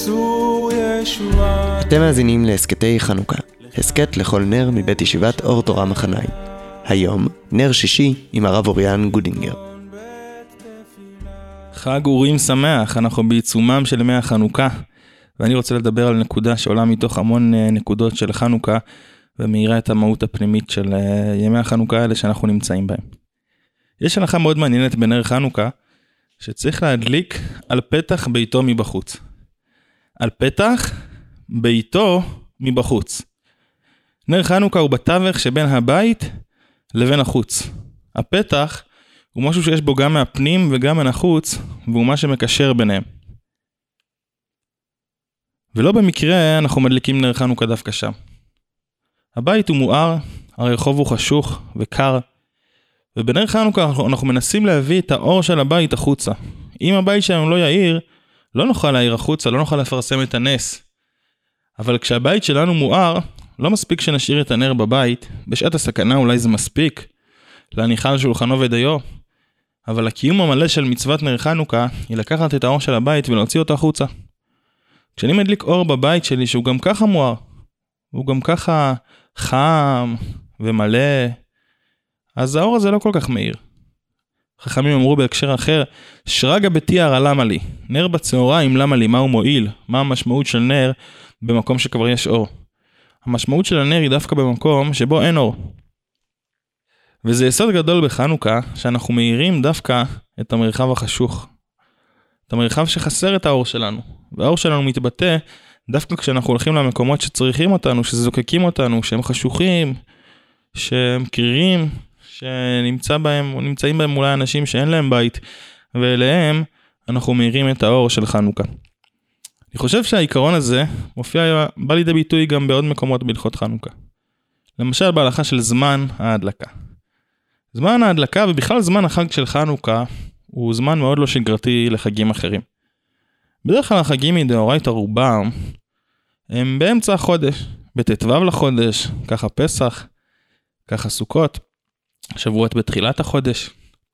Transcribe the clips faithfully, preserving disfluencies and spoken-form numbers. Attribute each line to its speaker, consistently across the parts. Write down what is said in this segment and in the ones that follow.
Speaker 1: צור ישועה.
Speaker 2: אתם מאזינים להסקטי חנוכה, הסקט לכל נר מבית ישיבת אור תורה מחניים. היום נר שישי עם הרב אוריאן גודינגר.
Speaker 3: חג אורים שמח, אנחנו בעיצומם של ימי החנוכה, ואני רוצה לדבר על נקודה שעולה מתוך המון נקודות של חנוכה, ומאירה את המהות הפנימית של ימי החנוכה האלה שאנחנו נמצאים בהם. יש הלכה מאוד מעניינת בנר חנוכה, שצריך להדליק על פתח ביתו מבחוץ. על פתח ביתו מבחוץ. נר חנוכה הוא בתווך שבין הבית לבין החוץ. הפתח הוא משהו שיש בו גם מהפנים וגם מהחוץ, והוא מה שמקשר ביניהם. ולא במקרה אנחנו מדליקים נר חנוכה דווקא שם. הבית הוא מואר, הרחוב הוא חשוך וקר, ובנר חנוכה אנחנו מנסים להביא את האור של הבית החוצה. אם הבית שלנו לא יאיר, לא נוכל להאיר החוצה, לא נוכל לפרסם את הנס. אבל כשהבית שלנו מואר, לא מספיק שנשאיר את הנר בבית, בשעת הסכנה אולי זה מספיק, להניחה על שולחנו ודיו, אבל הקיום המלא של מצוות נר חנוכה, היא לקחת את האור של הבית ולהוציא אותו החוצה. כשאני מדליק אור בבית שלי, שהוא גם ככה מואר, הוא גם ככה חם ומלא, אז האור הזה לא כל כך מאיר. חכמים אמרו בהקשר אחר, שרגא בתיארא למה לי? נר בצהריים למה לי? מה הוא מועיל? מה המשמעות של נר במקום שכבר יש אור? המשמעות של הנר היא דווקא במקום שבו אין אור. וזה יסוד גדול בחנוכה, שאנחנו מאירים דווקא את המרחב החשוך. את המרחב שחסר את האור שלנו. והאור שלנו מתבטא דווקא כשאנחנו הולכים למקומות שצריכים אותנו, שזוקקים אותנו, שהם חשוכים, שהם קרירים, שנמצא בהם, נמצאים בהם אולי אנשים שאין להם בית, ואליהם אנחנו מאירים את האור של חנוכה. אני חושב שהעיקרון הזה מופיע, בא לידי ביטוי גם בעוד מקומות בהלכות חנוכה. למשל בהלכה של זמן ההדלקה. זמן ההדלקה ובכלל זמן החג של חנוכה הוא זמן מאוד לא שגרתי לחגים אחרים. בדרך כלל החגים מדאורייתא רובם הם באמצע החודש, בט"ו לחודש, ככה פסח, ככה סוכות, שבועות בתחילת החודש.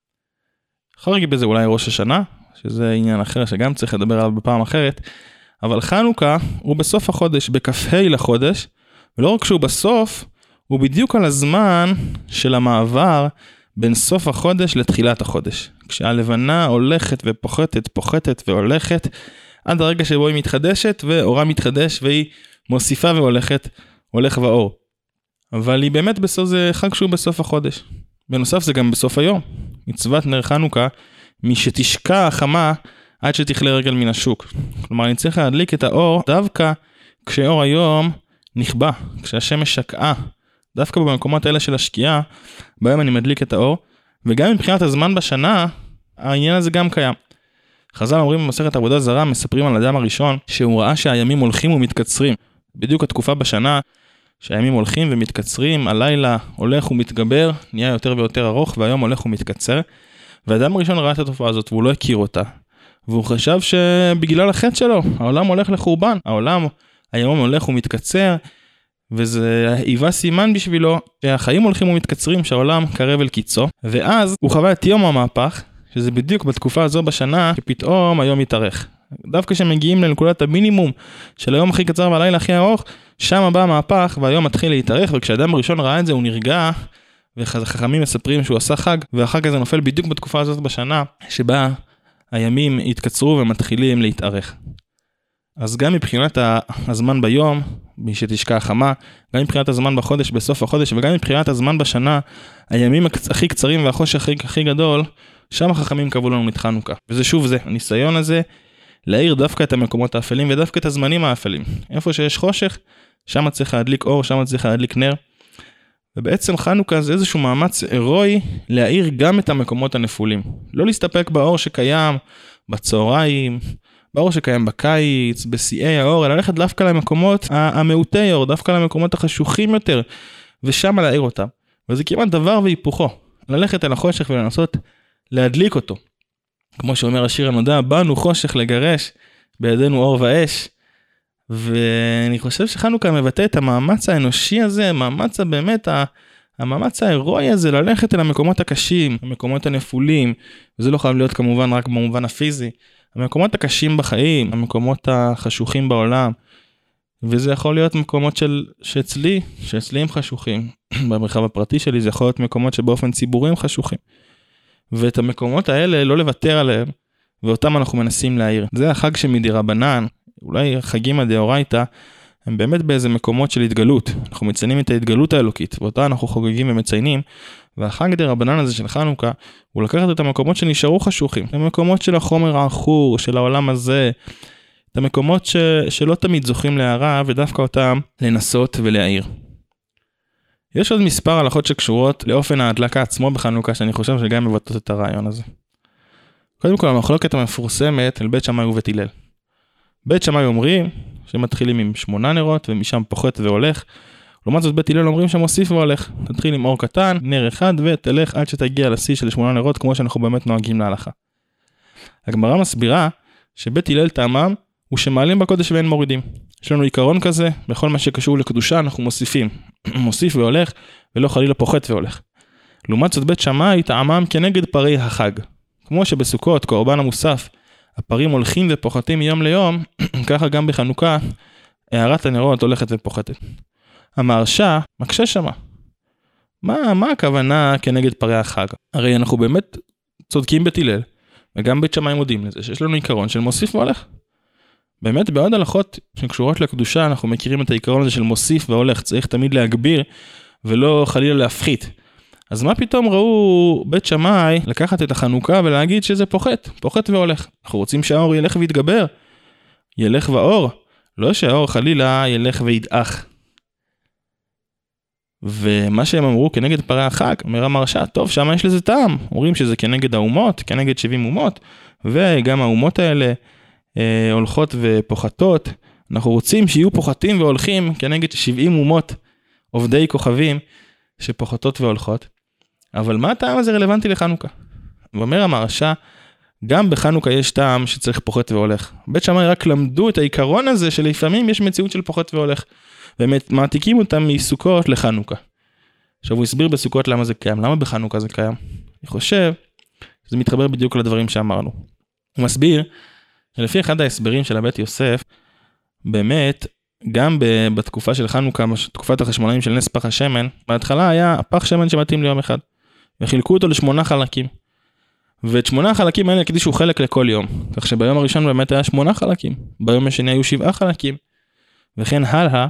Speaker 3: חריג בזה אולי ראש השנה, שזה עניין אחר שגם צריך לדבר עליו בפעם אחרת, אבל חנוכה הוא בסוף החודש, בכ"ה לחודש, ולא רק שהוא בסוף, הוא בדיוק על הזמן של המעבר בין סוף החודש לתחילת החודש. כשהלבנה הולכת ופוחתת, פוחתת והולכת, עד הרגע שבו היא מתחדשת, ואורה מתחדש, והיא מוסיפה והולכת, הולך ואור. אבל היא באמת בסוף, זה חג שהוא בסוף החודש. בנוסף זה גם בסוף היום. מצוות נר חנוכה, משתשקע החמה עד שתכלה רגל מן השוק. כלומר, אני צריך להדליק את האור דווקא כשאור היום נכבה, כשהשמש שקעה. דווקא במקומות האלה של השקיעה, בהם אני מדליק את האור, וגם מבחינת הזמן בשנה, העניין הזה גם קיים. חז"ל אומרים במסכת עבודה זרה, מספרים על אדם הראשון, שהוא ראה שהימים הולכים ומתקצרים. בדיוק התקופה בשנה, שהימים הולכים ומתקצרים, הלילה הולך ומתגבר, נהיה יותר ויותר ארוך, והיום הולך ומתקצר. והאדם הראשון ראה את התופעה הזאת, והוא לא הכיר אותה. והוא חשב שבגלל החטא שלו, העולם הולך לחורבן. העולם היום הולך ומתקצר, וזה היווה סימן בשבילו שהחיים הולכים ומתקצרים, שהעולם קרב אל קיצו. ואז הוא חווה את יום המהפך, שזה בדיוק בתקופה הזו בשנה, שפתאום היום מתארך. דווקא כשמגיעים לנקודת המינימום של היום הכי קצר והלילה הכי ארוך, שם בא המהפך והיום מתחיל להתארך, וכשאדם הראשון ראה את זה הוא נרגע, וחכמים מספרים שהוא עשה חג, והחג הזה נופל בדיוק בתקופה הזאת בשנה, שבה הימים התקצרו ומתחילים להתארך. אז גם מבחינת הזמן ביום, שתשקע החמה, גם מבחינת הזמן בחודש, בסוף החודש, וגם מבחינת הזמן בשנה, הימים הכי קצרים והחושך הכי, הכי גדול, שם החכמים קבעו לנו את חנוכה. וזה שוב זה, הניסיון הזה, להאיר דווקא את המקומות האפלים, ודווקא את הזמנים האפלים. איפה שיש חושך, שם צריך להדליק אור, שם צריך להדליק נר. ובעצם חנוכה זה איזשהו מאמץ הירואי, להאיר גם את המקומות הנפולים. לא להסתפק באור שקיים בצהריים, באור שקיים בקיץ, בשיאי האור, אלא ללכת דווקא למקומות המעוטי אור, דווקא למקומות החשוכים יותר, ושם להאיר אותם. וזה כמעט דבר והיפוכו, ללכת אל החושך ולנסות להדליק אותו. כמו שאומר השיר הנודע, באנו חושך לגרש, בידינו אור ואש. ואני חושב שחנוכה מבטא את המאמץ האנושי הזה, המאמץ באמת, המאמץ ההירואי הזה, ללכת אל המקומות הקשים, המקומות הנפולים, וזה לא חייב להיות כמובן רק במובן הפיזי, המקומות הקשים בחיים, המקומות החשוכים בעולם, וזה יכול להיות מקומות של, שאצלי, שאצלי הם חשוכים. במרחב הפרטי שלי זה יכול להיות מקומות שבאופן ציבורי הם חשוכים. ואת המקומות האלה לא לוותר עליהם, ואותם אנחנו מנסים להעיר. זה החג שמדרבנן, אולי חגים הדאורייתא, הם באמת באיזה מקומות של התגלות. אנחנו מציינים את ההתגלות האלוקית, ואותה אנחנו חוגגים ומציינים, והחג דרבנן הזה של חנוכה, הוא לקחת את המקומות שנשארו חשוכים, המקומות של החומר העכור, של העולם הזה, את המקומות ש... שלא תמיד זוכים להערה, ודווקא אותם לנסות ולהעיר. יש עוד מספר הלכות שקשורות לאופן ההדלקה עצמו בחנוכה, שאני חושב שגם מבטאות את הרעיון הזה. קודם כל, המחלוקת המפורסמת אל בית שמאי ובית הלל. בית שמאי אומרים שמתחילים עם שמונה נרות, ומשם פוחת והולך. לעומת זאת, בית הלל אומרים שמוסיף והולך. תתחיל עם אור קטן, נר אחד, ותלך עד שתגיע לשיא של שמונה נרות, כמו שאנחנו באמת נוהגים להלכה. הגמרא מסבירה שבית הלל טעמם הוא שמעלים בקודש ואין מורידים. יש לנו עיקרון כזה, בכל מה שקשור לקדושה אנחנו מוסיפים. מוסיף והולך, ולא חלילה פוחת והולך. לעומת זאת, בית שמאי טעמם כנגד פרי החג. כמו שבסוכות, קורבן המוסף, הפרים הולכים ופוחתים מיום ליום, ככה גם בחנוכה, הערת הנרות הולכת ופוחתת. המהרש"א מקשה שמה. מה, מה הכוונה כנגד פרי החג? הרי אנחנו באמת צודקים בית הלל, וגם בית שמאי מודים לזה, שיש לנו עיקרון של מוסיף והולך. באמת בעוד הלכות שקשורות לקדושה, אנחנו מכירים את העיקרון הזה של מוסיף והולך, צריך תמיד להגביר, ולא חלילה להפחית. אז מה פתאום ראו בית שמאי לקחת את החנוכה ולהגיד שזה פוחת, פוחת והולך. אנחנו רוצים שהאור ילך ויתגבר, ילך ואור, לא שהאור חלילה ילך וידעך. ומה שהם אמרו כנגד פרי החג, אומר המהרש"א, טוב, שמה יש לזה טעם. אומרים שזה כנגד האומות, כנגד שבעים אומות, וגם האומות האלה אה, הולכות ופוחתות. אנחנו רוצים שיהיו פוחתים והולכים כנגד שבעים אומות עובדי כוכבים שפוחתות והולכות. אבל מה הטעם הזה רלוונטי לחנוכה? ואומר המהרש"א, גם בחנוכה יש טעם שצריך פוחת והולך. בית שמאי רק למדו את העיקרון הזה שלפעמים יש מציאות של פוחת והולך. באמת מעתיקים אותם מסוכות לחנוכה. עכשיו הוא הסביר בסוכות למה זה קיים, למה בחנוכה זה קיים. אני חושב שזה מתחבר בדיוק לדברים שאמרנו. הוא מסביר שלפי אחד ההסברים של הבית יוסף, באמת גם בתקופה של חנוכה, תקופת החשמונאים של נס פח השמן, בהתחלה היה פח שמן שמתאים ליום אחד, וחילקו אותו לשמונה חלקים. ואת שמונה החלקים האלה הקדישו חלק לכל יום, כך שביום הראשון באמת היה שמונה חלקים, ביום השני היו שבעה חלקים, וכן הלאה,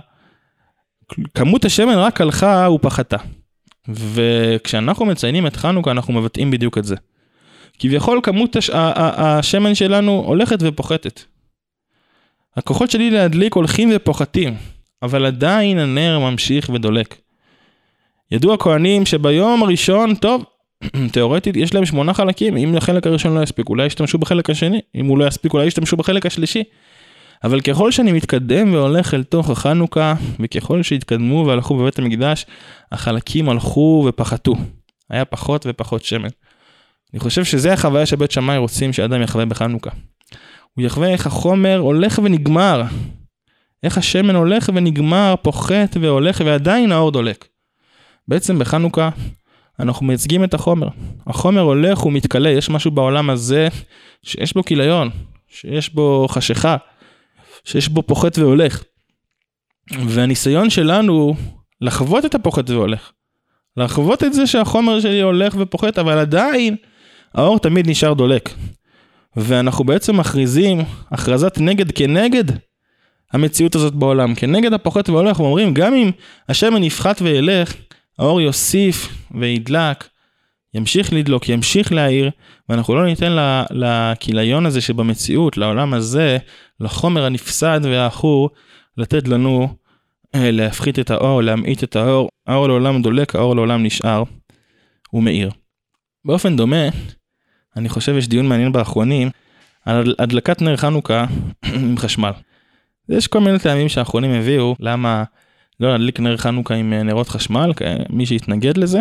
Speaker 3: כמות השמן רק הלכה ופחתה. וכשאנחנו מציינים את חנוכה, אנחנו מבטאים בדיוק את זה. כביכול כמות הש... השמן שלנו הולכת ופוחתת. הכוחות שלי להדליק הולכים ופוחתים, אבל עדיין הנר ממשיך ודולק. ידעו הכהנים שביום הראשון, טוב, תיאורטית יש להם שמונה חלקים, אם החלק הראשון לא יספיק, אולי ישתמשו בחלק השני, אם הוא לא יספיק, אולי ישתמשו בחלק השלישי. אבל ככל שאני מתקדם והולך אל תוך החנוכה, וככל שהתקדמו והלכו בבית המקדש, החלקים הלכו ופחתו. היה פחות ופחות שמן. אני חושב שזה החוויה שבית שמאי רוצים שאדם יחווה בחנוכה. הוא יחווה איך החומר הולך ונגמר. איך השמן הולך ונגמר, פוחת והולך, ועדיין האור דולק. בעצם בחנוכה אנחנו מייצגים את החומר. החומר הולך ומתקלה, יש משהו בעולם הזה שיש בו כיליון, שיש בו חשיכה, שיש בו פוחת והולך. והניסיון שלנו לחוות את הפוחת והולך. לחוות את זה שהחומר שלי הולך ופוחת, אבל עדיין האור תמיד נשאר דולק. ואנחנו בעצם מכריזים, הכרזת נגד כנגד המציאות הזאת בעולם, כנגד הפוחת והולך, ואומרים, גם אם השמן יפחת וילך, האור יוסיף וידלק, ימשיך לדלוק, ימשיך להאיר, ואנחנו לא ניתן לכיליון הזה שבמציאות, לעולם הזה, לחומר הנפסד והאחור, לתת לנו להפחית את האור, להמעיט את האור, האור לעולם דולק, האור לעולם נשאר ומאיר. באופן דומה, אני חושב יש דיון מעניין באחרונים, על הדלקת נר חנוכה עם חשמל. יש כל מיני טעמים שהאחרונים הביאו, למה לא להדליק נר חנוכה עם נרות חשמל, מי שהתנגד לזה.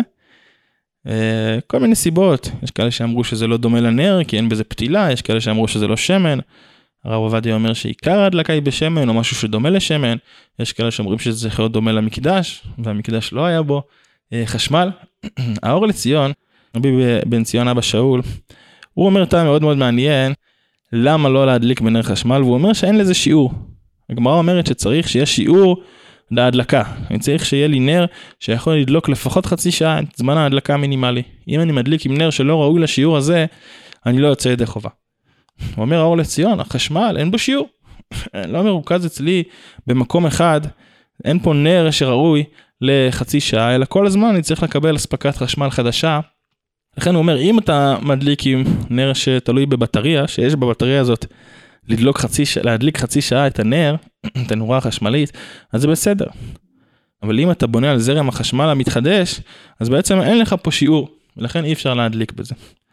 Speaker 3: כל מיני סיבות, יש כאלה שאמרו שזה לא דומה לנר, כי אין בזה פתילה, יש כאלה שאמרו שזה לא שמן, הרב עובדיה אומר שעיקר ההדלקה היא בשמן, או משהו שדומה לשמן, יש כאלה שאומרים שזה צריך להיות דומה למקדש, והמקדש לא היה בו חשמל. האור לציון, רבי בן ציון אבא שאול, הוא אומר טעם מאוד מאוד מעניין, למה לא להדליק בנר חשמל, והוא אומר שאין לזה שיעור. הגמרא אומרת שצריך שיהיה שיעור להדלקה. אני צריך שיהיה לי נר שיכול לדלוק לפחות חצי שעה את זמן ההדלקה המינימלי. אם אני מדליק עם נר שלא ראוי לשיעור הזה, אני לא יוצא ידי חובה. הוא אומר, האור לציון, החשמל, אין בו שיעור. לא מרוכז אצלי במקום אחד, אין פה נר שראוי לחצי שעה, אלא כל הזמן אני צריך לקבל הספקת חשמל חדשה. לכן הוא אומר, אם אתה מדליק עם נר שתלוי בבטריה, שיש בבטריה הזאת לדלוק חצי, להדליק חצי שעה את הנר, את הנורה החשמלית, אז זה בסדר. אבל אם אתה בונה על זרם החשמל המתחדש, אז בעצם אין לך פה שיעור, ולכן אי אפשר להדליק בזה.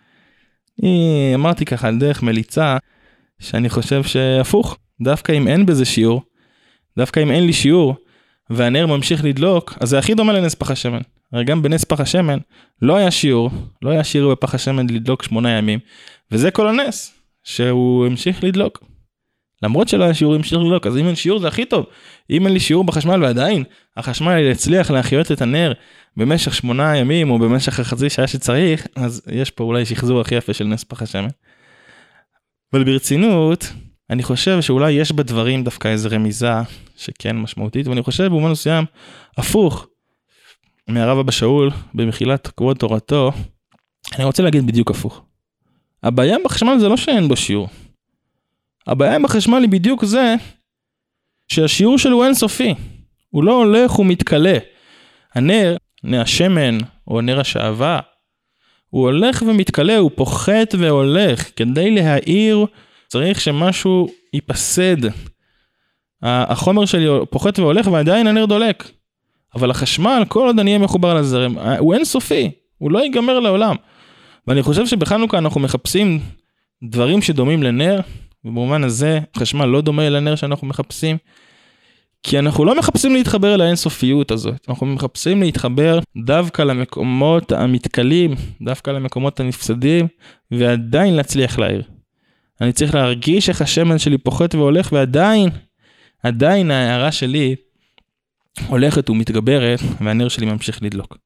Speaker 3: אני אמרתי ככה על דרך מליצה, שאני חושב שהפוך, דווקא אם אין בזה שיעור, דווקא אם אין לי שיעור, והנר ממשיך לדלוק, אז זה הכי דומה לנס פח השמן. הרי גם בנס פח השמן, לא היה שיעור, לא היה שיעור בפח השמן לדלוק שמונה ימים, וזה כל הנס, שהוא המשיך לדלוק. למרות שלא היה שיעור, המשיך לדלוק, אז אם אין שיעור זה הכי טוב. אם אין לי שיעור בחשמל ועדיין, החשמל יצליח להחיות את הנר במשך שמונה ימים, או במשך החצי שעה שצריך, אז יש פה אולי שחזור הכי יפה של נס פח השמן. אבל ברצינות, אני חושב שאולי יש בדברים דווקא איזו רמיזה שכן משמעותית, ואני חושב באומן מסוים, הפוך, מהרב אבא שאול, במחילת כבוד תורתו, אני רוצה להגיד בדיוק הפוך. הבעיה בחשמל זה לא שאין בו שיעור. הבעיה בחשמל היא בדיוק זה, שהשיעור שלו אין סופי. הוא לא הולך, הוא מתקלה. הנר, נר השמן, או נר השעבה, הוא הולך ומתקלה, הוא פוחת והולך. כדי להאיר, צריך שמשהו ייפסד. החומר שלי פוחת והולך, ועדיין הנר דולק. אבל החשמל, כל עוד אני אהיה מחובר לזרם, הוא אין סופי, הוא לא ייגמר לעולם. ואני חושב שבחנוכה אנחנו מחפשים דברים שדומים לנר, ובמובן הזה חשמל לא דומה לנר שאנחנו מחפשים, כי אנחנו לא מחפשים להתחבר אל האינסופיות הזאת, אנחנו מחפשים להתחבר דווקא למקומות המתקלים, דווקא למקומות הנפסדים, ועדיין להצליח להעיר. אני צריך להרגיש איך השמן שלי פוחת והולך, ועדיין, עדיין ההערה שלי הולכת ומתגברת, והנר שלי ממשיך לדלוק.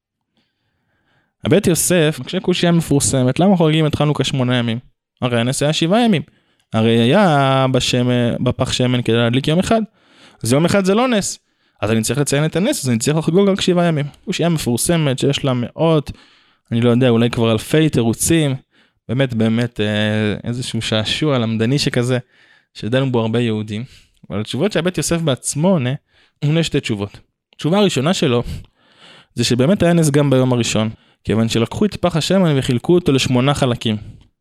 Speaker 3: הבית יוסף, כשקושיה מפורסמת, למה חוגגים את חנוכה שמונה ימים? הרי הנס היה שבעה ימים. הרי היה בשמן, בפח שמן כדי להדליק יום אחד. אז יום אחד זה לא נס. אז אני צריך לציין את הנס, אז אני צריך לחגוג רק שבעה ימים. קושיה מפורסמת שיש לה מאות, אני לא יודע, אולי כבר אלפי תירוצים, באמת באמת איזשהו שעשוע למדני שכזה, שדנו בו הרבה יהודים. אבל התשובות שהבית יוסף בעצמו עונה, הוא עונה שתי תשובות. התשובה הראשונה שלו, זה שבאמת היה נס גם ביום הראשון, כיוון שלקחו את פח השמן וחילקו אותו לשמונה חלקים.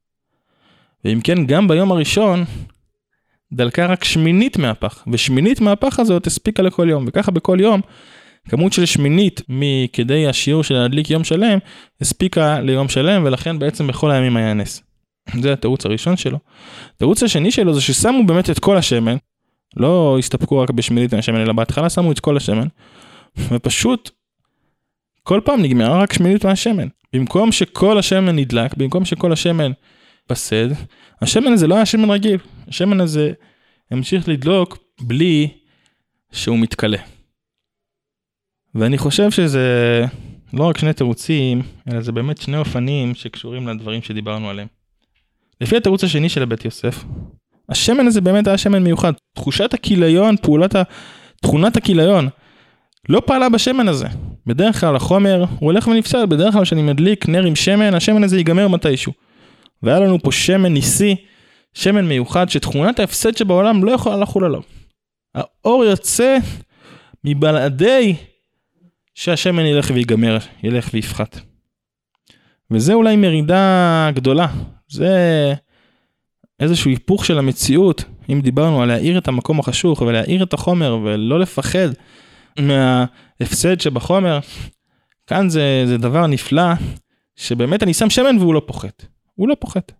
Speaker 3: ואם כן, גם ביום הראשון, דלקה רק שמינית מהפח, ושמינית מהפח הזאת הספיקה לכל יום, וככה בכל יום, כמות של שמינית מכדי השיעור של להדליק יום שלם, הספיקה ליום שלם, ולכן בעצם בכל הימים היה נס. זה התירוץ הראשון שלו. התירוץ השני שלו זה ששמו באמת את כל השמן, לא הסתפקו רק בשמינית מהשמן, אלא בהתחלה שמו את כל השמן, ופשוט כל פעם נגמרה רק שמינית מהשמן. במקום שכל השמן נדלק, במקום שכל השמן פסד, השמן הזה לא היה שמן רגיל. השמן הזה המשיך לדלוק בלי שהוא מתקלה. ואני חושב שזה לא רק שני תירוצים, אלא זה באמת שני אופנים שקשורים לדברים שדיברנו עליהם. לפי התירוץ השני של הבית יוסף, השמן הזה באמת היה שמן מיוחד. תחושת הכיליון, פעולת ה... תכונת הכיליון, לא פעלה בשמן הזה. בדרך כלל החומר הוא הולך ונפסד, בדרך כלל שאני מדליק נר עם שמן, השמן הזה ייגמר מתישהו. והיה לנו פה שמן ניסי, שמן מיוחד, שתכונת ההפסד שבעולם לא יכולה לחול עליו. האור יוצא מבלעדי שהשמן ילך ויגמר, ילך ויפחת. וזה אולי מרידה גדולה. זה איזשהו היפוך של המציאות, אם דיברנו על להאיר את המקום החשוך, ולהאיר את החומר, ולא לפחד מההפסד שבחומר. כאן זה, זה דבר נפלא, שבאמת אני שם שמן והוא לא פוחת. הוא לא פוחת.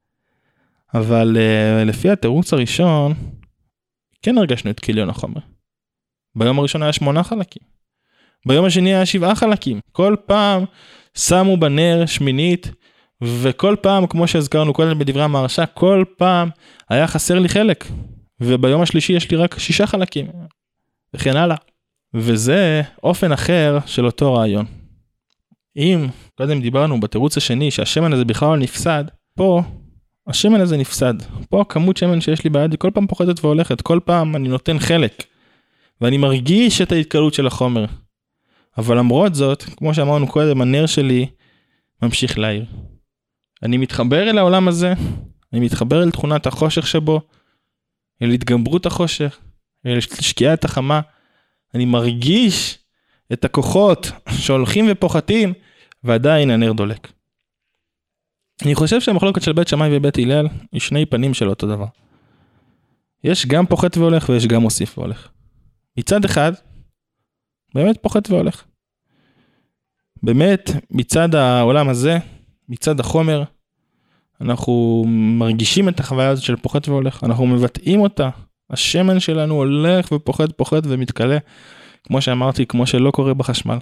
Speaker 3: אבל לפי התירוץ הראשון, כן הרגשנו את כיליון החומר. ביום הראשון היה שמונה חלקים. ביום השני היה שבעה חלקים. כל פעם שמו בנר שמינית, וכל פעם, כמו שהזכרנו קודם בדברי המהרש"א, כל פעם היה חסר לי חלק. וביום השלישי יש לי רק שישה חלקים. וכן הלאה. וזה אופן אחר של אותו רעיון. אם קודם דיברנו בתירוץ השני שהשמן הזה בכלל נפסד, פה השמן הזה נפסד. פה הכמות שמן שיש לי ביד היא כל פעם פוחתת והולכת, כל פעם אני נותן חלק, ואני מרגיש את ההתקלות של החומר. אבל למרות זאת, כמו שאמרנו קודם, הנר שלי ממשיך להאיר. אני מתחבר אל העולם הזה, אני מתחבר אל תכונת החושך שבו, אל התגברות החושך, אל שקיעת החמה, אני מרגיש את הכוחות שהולכים ופוחתים, ועדיין הנר דולק. אני חושב שהמחלוקת של בית שמאי ובית הלל היא שני פנים של אותו דבר. יש גם פוחת והולך ויש גם מוסיף והולך. מצד אחד, באמת פוחת והולך. באמת, מצד העולם הזה, מצד החומר, אנחנו מרגישים את החוויה הזאת של פוחת והולך. אנחנו מבטאים אותה. השמן שלנו הולך ופוחת, פוחת ומתקלה. כמו שאמרתי, כמו שלא קורה בחשמל.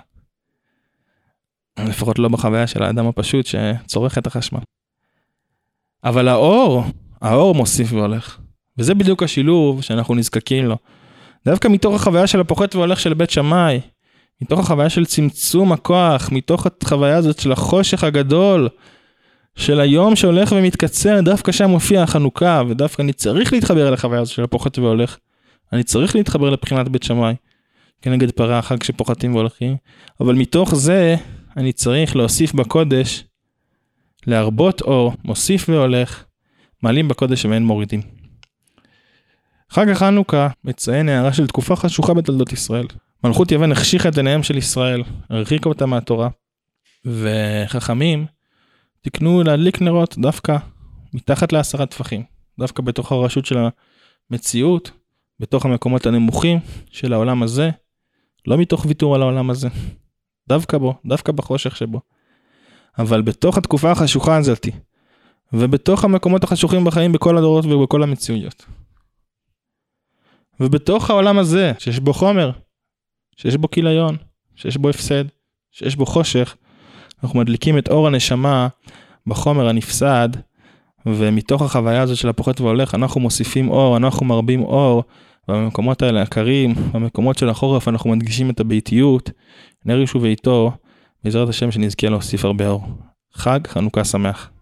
Speaker 3: לפחות לא בחוויה של האדם הפשוט שצורך את החשמל. אבל האור, האור מוסיף והולך. וזה בדיוק השילוב שאנחנו נזקקים לו. דווקא מתוך החוויה של הפוחת והולך של בית שמאי, מתוך החוויה של צמצום הכוח, מתוך החוויה הזאת של החושך הגדול, של היום שהולך ומתקצר, דווקא שם מופיע החנוכה, ודווקא אני צריך להתחבר לחוויה הזאת של הפוחת והולך. אני צריך להתחבר לבחינת בית שמאי, כנגד פרה החג שפוחתים והולכים, אבל מתוך זה אני צריך להוסיף בקודש, להרבות אור, מוסיף והולך, מעלים בקודש ואין מורידים. חג החנוכה מציין הערה של תקופה חשוכה בתולדות ישראל. מלכות יוון החשיכה את עיניהם של ישראל, הרחיקה אותה מהתורה, וחכמים תקנו להדליק נרות דווקא מתחת לעשרה טפחים, דווקא בתוך הרשות של המציאות, בתוך המקומות הנמוכים של העולם הזה, לא מתוך ויתור על העולם הזה, דווקא בו, דווקא בחושך שבו. אבל בתוך התקופה החשוכה הזאת, ובתוך המקומות החשוכים בחיים בכל הדורות ובכל המציאויות. ובתוך העולם הזה, שיש בו חומר, שיש בו כיליון, שיש בו הפסד, שיש בו חושך, אנחנו מדליקים את אור הנשמה בחומר הנפסד, ומתוך החוויה הזאת של הפוחת והולך, אנחנו מוסיפים אור, אנחנו מרבים אור, ובמקומות האלה הקרים, במקומות של החורף, אנחנו מדגישים את הביתיות, נר ישוב ואיתו, בעזרת השם שנזכה להוסיף הרבה אור. חג חנוכה שמח.